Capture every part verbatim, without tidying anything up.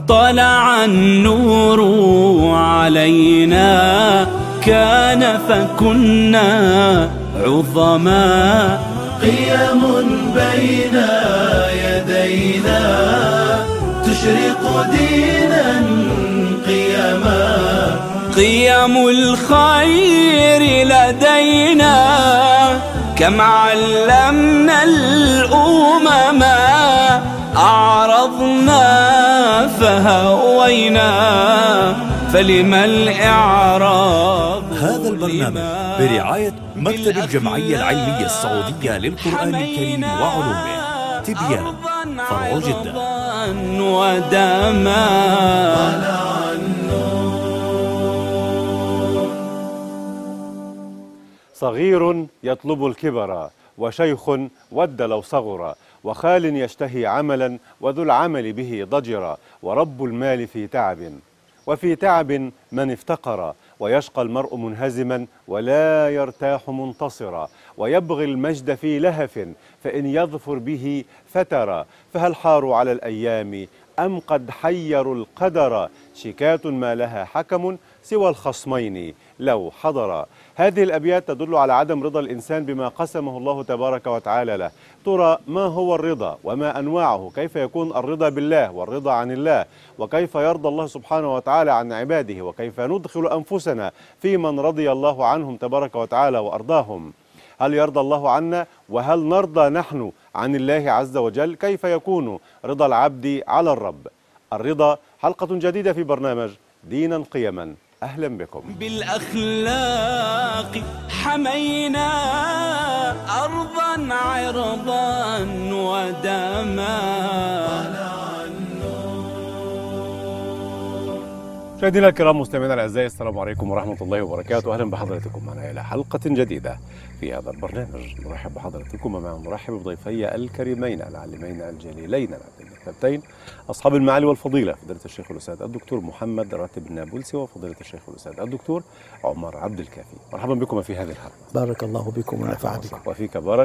طلع النور علينا كان فكنا عظما قيم بين يدينا تشرق دينا قيما قيم الخير لدينا كم علمنا الأمم أعرضنا فهوينا فلما الإعراض. هذا البرنامج برعاية مكتب الجمعية العلمية السعودية للقرآن الكريم وعلومه، تبيان، فرع جدة. ودما صغير يطلب الكبر وشيخ ود لو صغر وخال يشتهي عملا وذو العمل به ضجر ورب المال في تعب وفي تعب من افتقر ويشقى المرء منهزما ولا يرتاح منتصرا ويبغي المجد في لهف فإن يظفر به فترى فهل حاروا على الأيام أم قد حيروا القدر شكاة ما لها حكم سوى الخصمين لو حضر. هذه الأبيات تدل على عدم رضا الإنسان بما قسمه الله تبارك وتعالى له. ترى ما هو الرضا وما أنواعه؟ كيف يكون الرضا بالله والرضا عن الله؟ وكيف يرضى الله سبحانه وتعالى عن عباده؟ وكيف ندخل أنفسنا في من رضي الله عنهم تبارك وتعالى وأرضاهم؟ هل يرضى الله عنا؟ وهل نرضى نحن عن الله عز وجل؟ كيف يكون رضا العبد على الرب؟ الرضا حلقة جديدة في برنامج دينا قيما. أهلا بكم. بالأخلاق حمينا أرضا عرضا ودما. مشاهدينا الكرام مستمعينا الاعزاء، السلام عليكم ورحمه الله وبركاته. اهلا بحضراتكم معنا الى حلقه جديده في هذا البرنامج. نرحب بحضراتكم ومع نرحب بضيفي الكريمين العالمين الجليلين العبدين الثابتين اصحاب المعالي والفضيله فضيله الشيخ الاستاذ الدكتور محمد راتب النابلسي وفضيله الشيخ الاستاذ الدكتور عمر عبد الكافي. مرحبا بكم في هذه الحلقه. بارك الله بكم ونفع بكم. وفيك بارك.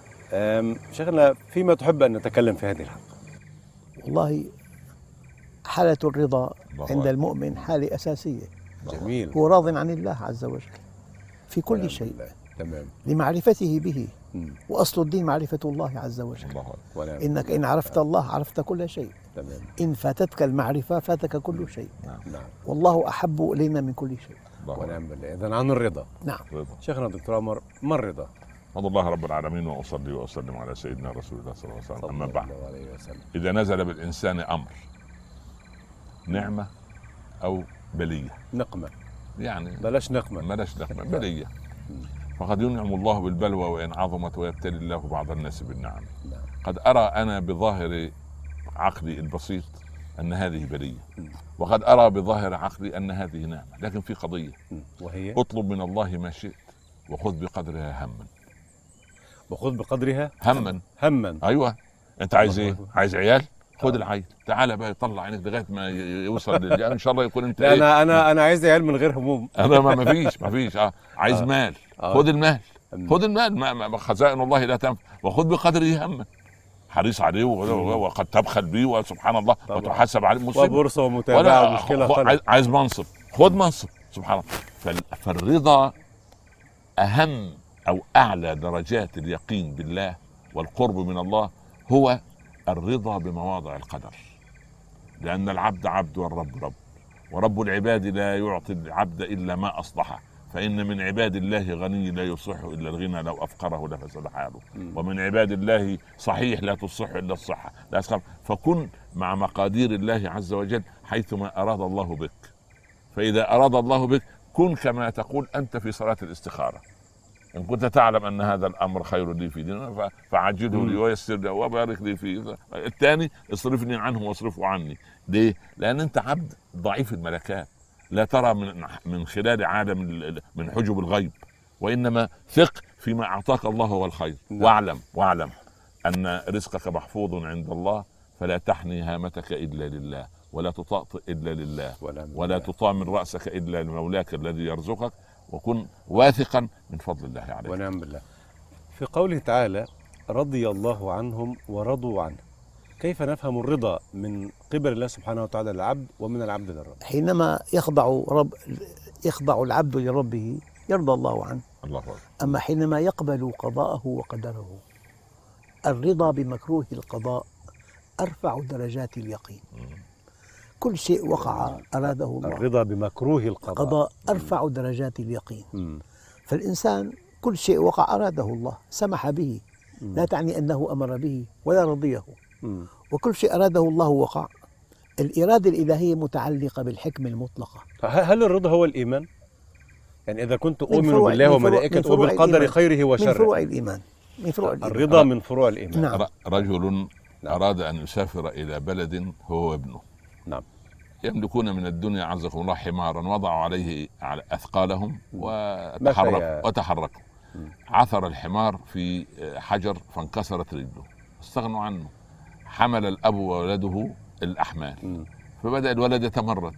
شيخنا، فيما تحب ان نتكلم في هذه الحلقه؟ والله حالة الرضا عند المؤمن حالة أساسية. جميل. هو راض عن الله عز وجل في كل شيء. تمام. لمعرفته به. مم. وأصل الدين معرفة الله عز وجل. الله. إنك إن عرفت الله عرفت كل شيء. تمام. إن فاتتك المعرفة فاتك كل شيء. نعم. والله أحب إلينا من كل شيء. ونعم بالله. إذن عن الرضا. نعم. شيخنا دكتور عمر، ما الرضا؟ الحمد لله رب العالمين، وأصلي وأسلم على سيدنا رسول الله صلى الله عليه وسلم. أما بعد، إذا نزل بالإنسان أمر، نعمة أو بلية، نقمة، يعني بلاش نقمة بلاش نقمة بلية، فقد ينعم الله بالبلوى وإن عظمت ويبتلي الله بعض الناس بالنعم. قد أرى أنا بظاهر عقلي البسيط أن هذه بلية، وقد أرى بظاهر عقلي أن هذه نعمة، لكن في قضية وهي اطلب من الله ما شئت وخذ بقدرها هما. وخذ بقدرها هما هما أيوة. أنت عايز إيه؟ عايز عيال؟ خد العيل، تعالى بقى يطلع عينك لغايه ما يوصل لل... يعني ان شاء الله يكون انت لا. انا انا انا عايز عيال من غير هموم. انا ما فيش ما فيش اه عايز آه. مال. آه. خد المال، أمم. خد المال، ما ما خزائن الله لا تنفع، وخذ بقدره هما. حريص عليه وقد تبخل به وسبحان الله وتحاسب عليه مصيبه وبورصه ومتابعه ومشكله خلق. عايز منصب، خد منصب، سبحان الله. فالرضا اهم او اعلى درجات اليقين بالله والقرب من الله هو الرضا بمواضع القدر، لأن العبد عبد والرب رب، ورب العباد لا يعطي العبد إلا ما أصلحه، فإن من عباد الله غني لا يصح إلا الغنى لو أفقره لفسد حاله، ومن عباد الله صحيح لا تصح إلا الصحة لا أسخر. فكن مع مقادير الله عز وجل حيثما أراد الله بك، فإذا أراد الله بك كن كما تقول أنت في صلاة الاستخارة، إن كنت تعلم أن هذا الأمر خير لي في ديننا فعجله لي ويسر لي وبارك لي فيه. الثاني اصرفني عنه واصرفه عني. ليه؟ لأن أنت عبد ضعيف الملكات، لا ترى من من خلال عالم من حجب الغيب، وإنما ثق فيما أعطاك الله هو الخير. واعلم واعلم أن رزقك محفوظ عند الله، فلا تحني هامتك إلا لله، ولا تطأطئ إلا لله، ولا تطامن رأسك إلا لمولاك الذي يرزقك، وكن واثقا من فضل الله عليك. ونعم بالله. في قوله تعالى رضي الله عنهم ورضوا عنه، كيف نفهم الرضا من قبل الله سبحانه وتعالى للعبد ومن العبد للرب؟ حينما يخضع رب يخضع العبد لربه يرضى الله عنه. الله أكبر. أما حينما يقبل قضاءه وقدره، الرضا بمكروه القضاء أرفع درجات اليقين. كل شيء وقع أراده الله، الرضا بمكروه القضاء قضاء أرفع درجات اليقين. مم. فالإنسان كل شيء وقع أراده الله، سمح به، لا تعني أنه أمر به ولا رضيه. مم. وكل شيء أراده الله وقع. الإرادة الإلهية متعلقة بالحكمة المطلقة. هل الرضا هو الإيمان؟ يعني إذا كنت من أؤمن فروع- بالله من فروع- وملائكته من فروع وبالقدر الإيمان. خيره من فروع وشره، الإيمان من فروع الإيمان. الرضا من فروع الإيمان. نعم. ر- رجل أراد أن يسافر إلى بلد هو وابنه، نعم. يملكون من الدنيا عزكم الله حمارا، وضعوا عليه على أثقالهم مشى. وتحرك وتحركوا. عثر الحمار في حجر فانكسرت رجله، استغنوا عنه. حمل الأب وولده الأحمال، مم. فبدأ الولد يتمرد،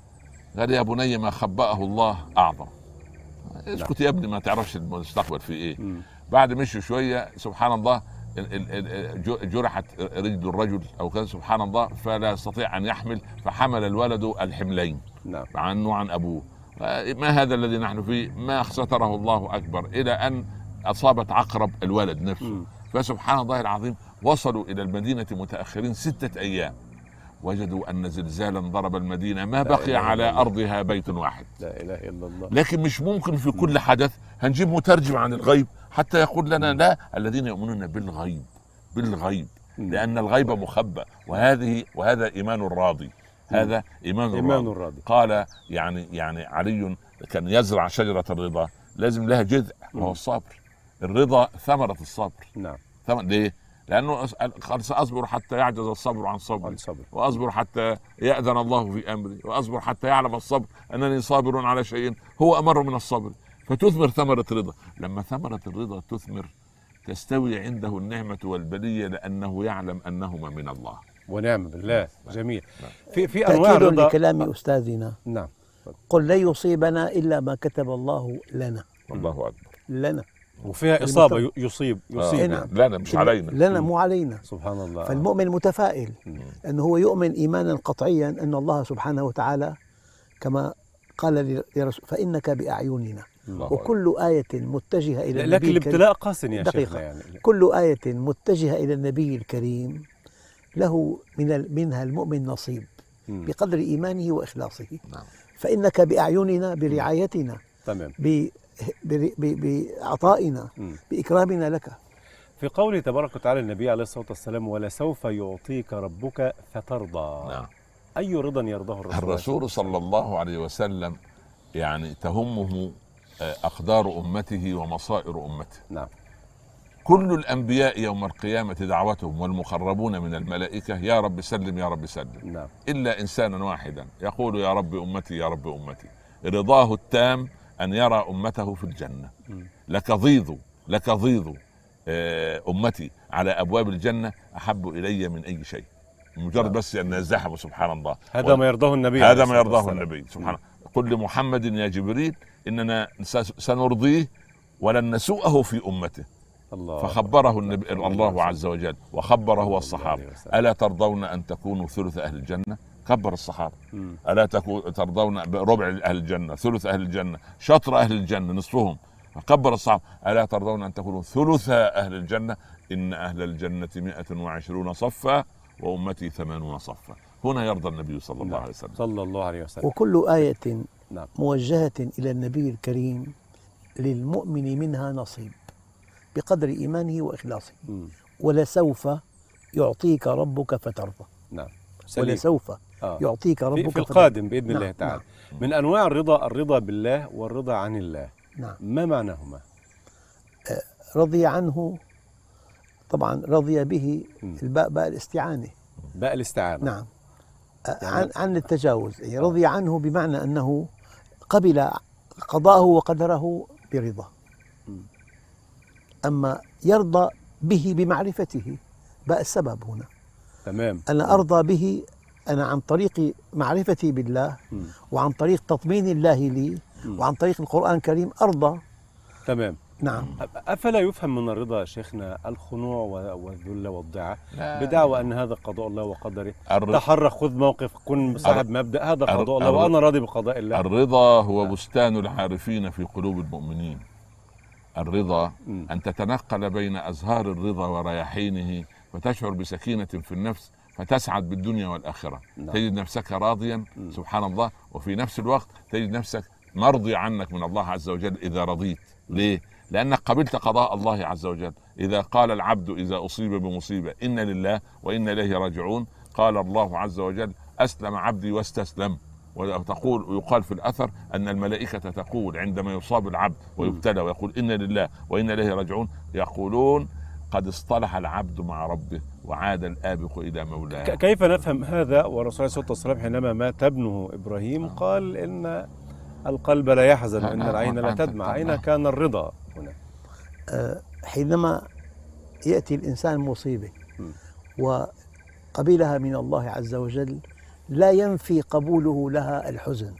قال يا بني ما خبأه الله أعظم. اسكت يا ابني، ما تعرفش المستقبل في إيه. مم. بعد مشي شوية سبحان الله ال- ال- ال- جرحت رجل الرجل أو كان سبحان الله، فلا يستطيع أن يحمل، فحمل الولد الحملين نعم. عنه عن أبوه. ما هذا الذي نحن فيه؟ ما ستره الله أكبر، إلى أن أصابت عقرب الولد نفسه. مم. فسبحان الله العظيم وصلوا إلى المدينة متأخرين ستة أيام، وجدوا أن زلزالا ضرب المدينة ما بقي على أرضها بيت واحد. لا إله إلا الله. لكن مش ممكن في كل حدث هنجيب مترجم عن الغيب حتى يقول لنا لا، الذين يؤمنون بالغيب بالغيب لأن الغيب مخبأ، وهذه وهذا إيمان الراضي، هذا إيمان, إيمان الراضي. الراضي. قال يعني يعني علي كان يزرع شجرة الرضا لازم لها جذع وهو الصبر. الرضا ثمرة الصبر. نعم. ثمرة ليه؟ لأنه قال سأصبر حتى يعجز الصبر عن صبري، عن صبر. وأصبر حتى يأذن الله في أمري، وأصبر حتى يعلم الصبر أنني صابر على شيء هو أمر من الصبر، فتثمر ثمرة رضا. لما ثمرة الرضا تثمر تستوي عنده النعمة والبلية، لأنه يعلم أنهما من الله. ونعم بالله. جميل. نعم. في في أنواع تأكيد الرضا. لكلام أستاذنا، نعم. قل لن يصيبنا إلا ما كتب الله لنا. الله أكبر. لنا وفيها إصابة ي- يصيب يصيب. آه. نعم. لا لا مش علينا. لنا مو علينا. سبحان الله. فالمؤمن متفائل أنه هو يؤمن إيمانا قطعيا أن الله سبحانه وتعالى كما قال لرسول فإنك بأعيننا. الله أكبر. وكل آية متجهة إلى لكن النبي الكريم، الابتلاء قاس يا دقيقة. شيخنا يعني. كل آية متجهة إلى النبي الكريم له من ال- منها المؤمن نصيب مم. بقدر إيمانه وإخلاصه. نعم. فإنك بأعيننا برعايتنا، تمام. ب- ب- ب- بعطائنا، مم. بإكرامنا لك. في قوله تبارك وتعالى النبي عليه الصلاة والسلام ولسوف يعطيك ربك فترضى. نعم. أي رضا يرضاه الرسول؟ الرسول صلى الله عليه وسلم يعني تهمه أقدار أمته ومصائر أمته. نعم. كل الأنبياء يوم القيامة دعوتهم والمقربون من الملائكة يا رب سلم يا رب سلم، نعم. إلا إنسانا واحدا يقول يا رب أمتي يا رب أمتي. رضاه التام أن يرى أمته في الجنة. لك ضيض لك ضيض أمتي على أبواب الجنة أحب إلي من أي شيء، مجرد بس أن يزدحم. سبحان الله. هذا ما يرضاه النبي. هذا ما يرضاه النبي سبحانه. قل لمحمد يا جبريل إننا سنرضيه ولن نسوءه في أمته. الله. فخبره النبي الله عز وجل وخبره هو الصحابة. ألا ترضون أن تكونوا ثلث أهل الجنة؟ كبر الصحابة. مم. ألا ترضون بربع أهل الجنة، ثلث أهل الجنة، شطر أهل الجنة، نصفهم؟ فكبر الصحابة. ألا ترضون أن تكونوا ثلث أهل الجنة؟ إن أهل الجنة مئة وعشرون صفا وأمتي ثمانون صفا. هنا يرضى النبي صلى الله عليه وسلم. صلى الله عليه وسلم. وكل آية نعم. موجهة إلى النبي الكريم للمؤمن منها نصيب بقدر إيمانه وإخلاصه. مم. ولسوف يعطيك ربك فترضى. نعم. سليم. ولسوف آه. يعطيك ربك في, في فترضى. القادم بإذن نعم. الله تعالى. نعم. من أنواع الرضا الرضا بالله والرضا عن الله. نعم. ما معناهما؟ رضي عنه طبعا رضي به مم. الباء باء الاستعانة. باء الاستعانة. نعم. عن عن التجاوز، يعني رضي عنه بمعنى أنه قبل قضاءه وقدره برضا. أما يرضى به بمعرفته، باء السبب هنا. تمام. أنا أرضى به أنا عن طريق معرفتي بالله، وعن طريق تطمين الله لي، وعن طريق القرآن الكريم أرضى. تمام. نعم. أفلا يفهم من الرضا شيخنا الخنوع والذل والضعة بدعوى أن هذا قضاء الله وقدره؟ الر... تحرك، خذ موقف، كن صاحب الر... مبدأ، هذا قضاء الله الر... وأنا راضي بقضاء الله. الرضا هو بستان العارفين في قلوب المؤمنين. الرضا م. أن تتنقل بين أزهار الرضا ورياحينه فتشعر بسكينة في النفس فتسعد بالدنيا والآخرة. نعم. تجد نفسك راضيا م. سبحان الله، وفي نفس الوقت تجد نفسك مرضي عنك من الله عز وجل إذا رضيت. ليه؟ لأنك قبلت قضاء الله عز وجل. إذا قال العبد إذا أصيب بمصيبة إن لله وإنا إليه راجعون، قال الله عز وجل أسلم عبدي واستسلم. وتقول ويقال في الأثر أن الملائكة تقول عندما يصاب العبد ويبتلى ويقول إنا لله وإنا إليه راجعون، يقولون قد اصطلح العبد مع ربه وعاد الآبق إلى مولاه. كيف نفهم هذا والرسول عليه الصلاة والسلام حينما مات ابنه إبراهيم قال إن القلب لا يحزن وإن العين لا تدمع؟ أين كان الرضا هنا؟ حينما يأتي الإنسان مصيبة وقبلها من الله عز وجل لا ينفي قبوله لها الحزن.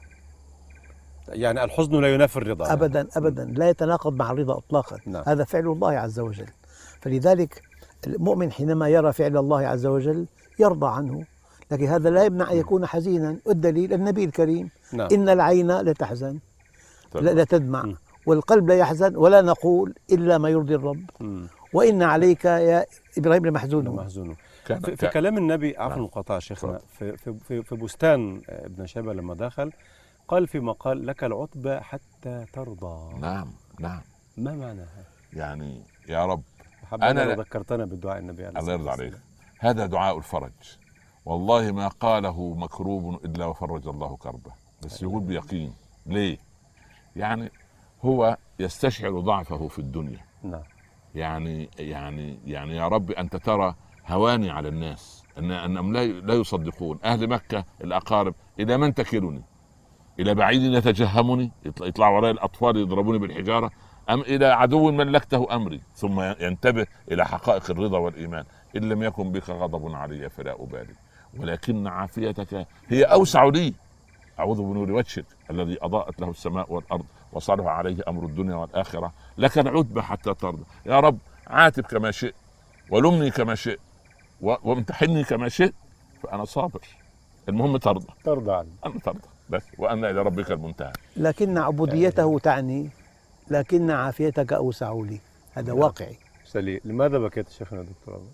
يعني الحزن لا ينافي الرضا أبدا أبدا، لا يتناقض مع الرضا إطلاقا. نعم. هذا فعل الله عز وجل. فلذلك المؤمن حينما يرى فعل الله عز وجل يرضى عنه، لكن هذا لا يمنع أن يكون حزينا. والدليل النبي الكريم. نعم. إن العين لا تحزن لا تدمع م. والقلب لا يحزن ولا نقول إلا ما يرضي الرب. م. وإن عليك يا إبراهيم لمحزون. محزون. في, في كلام النبي عفوا المقاطعة شيخنا في, في, في بستان ابن شيبة لما دخل قال فيما قال لك العتبى حتى ترضى. نعم نعم. ما معناها؟ يعني يا رب أنا ذكرتنا بالدعاء النبي عليه الله يرضى عليك. هذا دعاء الفرج، والله ما قاله مكروب إلا وفرج الله كربه، بس يقول بيقين. ليه؟ يعني هو يستشعر ضعفه في الدنيا. نعم. يعني يعني يعني يا رب أنت ترى هواني على الناس، أن أنهم لا يصدقون. أهل مكة الأقارب إلى من تكلني؟ إلى بعيد يتجهمني يطلع وراء الأطفال يضربوني بالحجارة، أم إلى عدو ملكته أمري؟ ثم ينتبه إلى حقائق الرضا والإيمان. إن لم يكن بك غضب علي فلا أبالي، ولكن عافيتك هي أوسع لي. أعوذ بنور وجهك الذي أضاءت له السماء والأرض وصلح عليه أمر الدنيا والآخرة، لك العتبى حتى ترضى. يا رب عاتب كما شئت ولمني كما شئت وامتحني كما شئت فأنا صابر، المهم ترضى. ترضى عني. أنا ترضى بس، وأن إلى ربك المنتهى. لكن عبوديته تعني لكن عافيتك أوسع لي، هذا واقعي. سليم. لماذا بكيت شيخنا دكتور أبو؟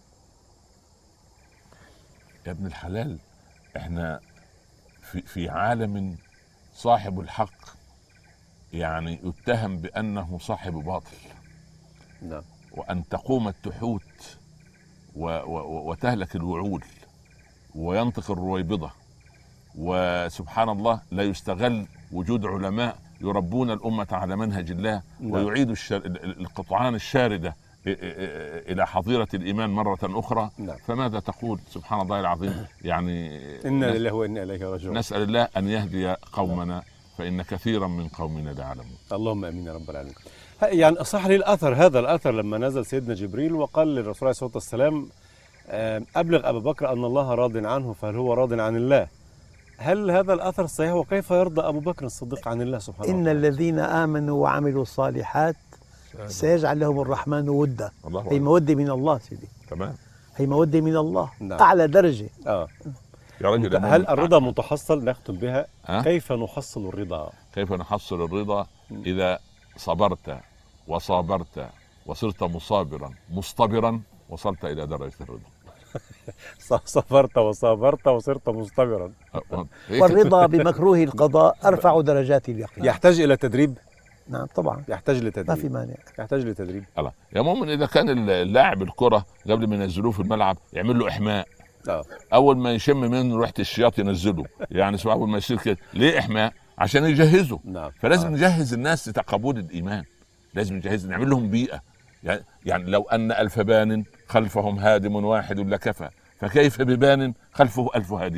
يا ابن الحلال، احنا في في عالم صاحب الحق يعني يتهم بأنه صاحب باطل. نعم. وأن تقوم التحوت وتهلك الوعول وينطق الرويبضة، وسبحان الله لا يستغل وجود علماء يربون الأمة على منهج الله. نعم. ويعيد القطعان الشاردة إلى حظيرة الإيمان مرة أخرى. نعم. فماذا تقول؟ سبحان الله العظيم. يعني إنا لله وإنا إليه راجعون. نسأل الله أن يهدي قومنا فإن كثيرا من قومنا لا يعلمون. اللهم آمين يا رب العالمين. يعني صح لي الأثر، هذا الأثر لما نزل سيدنا جبريل وقال للرسول عليه الصلاة والسلام أبلغ أبا بكر أن الله راض عنه فهل هو راض عن الله؟ هل هذا الأثر صحيح؟ وكيف يرضى أبو بكر الصديق عن الله سبحانه وتعالى؟ إن الذين آمنوا وعملوا الصالحات سيجعل لهم الرحمن ودا. هي مودة من الله سيدي. تمام. هي مودة من الله. نعم. أعلى درجة. آه. يا رجل، هل الرضا متحصل؟ نختم بها. أه؟ كيف نحصل الرضا؟ كيف نحصل الرضا؟ إذا صبرت وصابرت وصرت مصابرا مصطبرا وصلت إلى درجة الرضا. صبرت وصابرت وصرت مصطبرا. والرضا بمكروه القضاء أرفع درجات اليقين. يحتاج إلى تدريب. نعم طبعا يحتاج لتدريب. ما في مانع. يحتاج لتدريب. الله يا مؤمن، إذا كان اللاعب الكرة قبل ما ينزلوه في الملعب يعمل له إحماء. أوه. أول ما يشم منه ريحة الشياط ينزله. يعني سواء أول ما يصير كده ليه إحماء؟ عشان يجهزه. نعم. فلازم آه. نجهز الناس لتقبل الإيمان، لازم نجهز نعمل لهم بيئة. يعني لو أن ألف بان خلفهم هادم واحد لكفى، فكيف ببان خلفه ألف هادم؟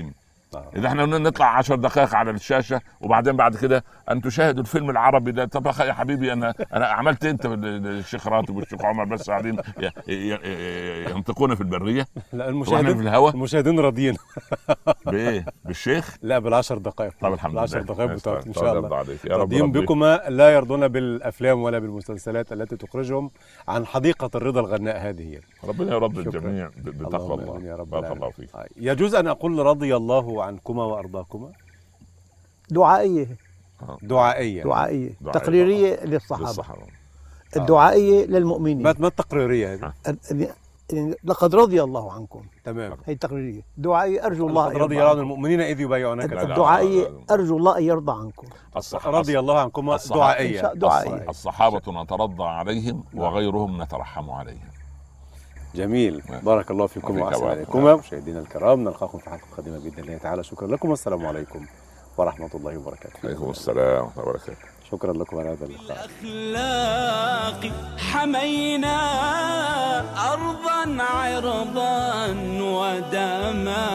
اذا احنا نطلع عشر دقائق على الشاشه وبعدين بعد كده ان تشاهدوا الفيلم العربي ده. طب يا حبيبي انا انا عملت انت الشيخ راتب والشيخ عمر بس قاعدين ينطقون في البريه. لا المشاهدين في الهواء المشاهدين راضيين. بايه؟ بالشيخ؟ لا بالعشر دقائق. طب الحمد لله. العشر دقائق بتوعك ان شاء الله. راضيين بكما لا يرضون بالافلام ولا بالمسلسلات التي تخرجهم عن حديقه الرضا الغناء هذه. ربنا يرضي الجميع بتقوى الله. يا رب. بارك الله فيك. يجوز ان اقول رضي الله عنكما وارضاكما؟ دعائيه دعائيه دعائيه تقريريه للصحابه. للصحابة. الدعائيه للمؤمنين. ما التقريريه هذه؟ يعني لقد رضي الله عنكم. تمام. هي تقريريه. دعائيه ارجو الله رضي الله عن المؤمنين اذ يبايعونك. الدعائيه ارجو الله ان يرضى عنكم. رضي الله عنكما دعائيه. دعائيه. الصحابه نترضى عليهم وغيرهم نترحم عليهم. جميل. بارك الله فيكم واحسن عليكم. مشاهدينا الكرام نلقاكم في حلقه قادمه باذن الله تعالى. شكرا لكم والسلام عليكم ورحمه الله وبركاته. عليكم السلام ورحمه الله وبركاته. شكرا لكم على هذا اللقاء. الأخلاق حمينا أرضا عرضا ودما.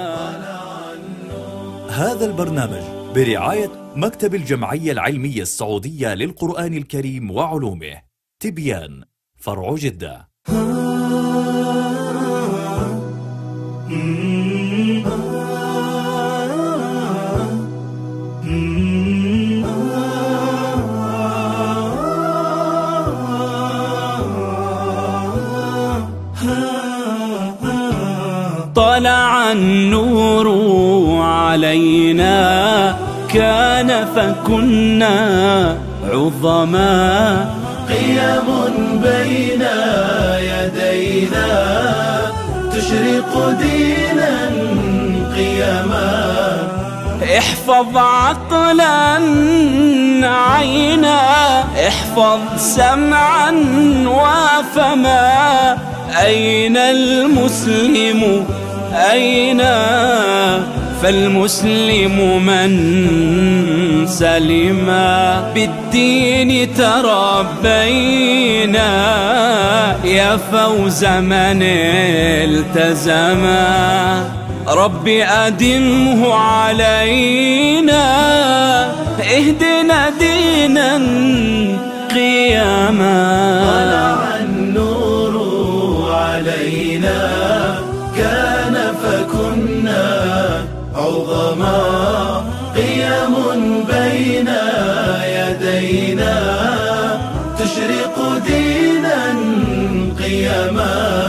هذا البرنامج برعاية مكتب الجمعية العلمية السعودية للقرآن الكريم وعلومه، تبيان، فرع جدة. طلع النور علينا كان فكنا عظما. قيم بين يدينا تشرق دينا قيما. احفظ عقلا عينا احفظ سمعا وفما. أين المسلم أين فالمسلم من سلم. بالدين تربينا يا فوز من التزما. رب أدمه علينا اهدنا دينا قياما. طلع النور علينا كان فكنا عظما. قيم بين يدينا تشرق دينا قيما.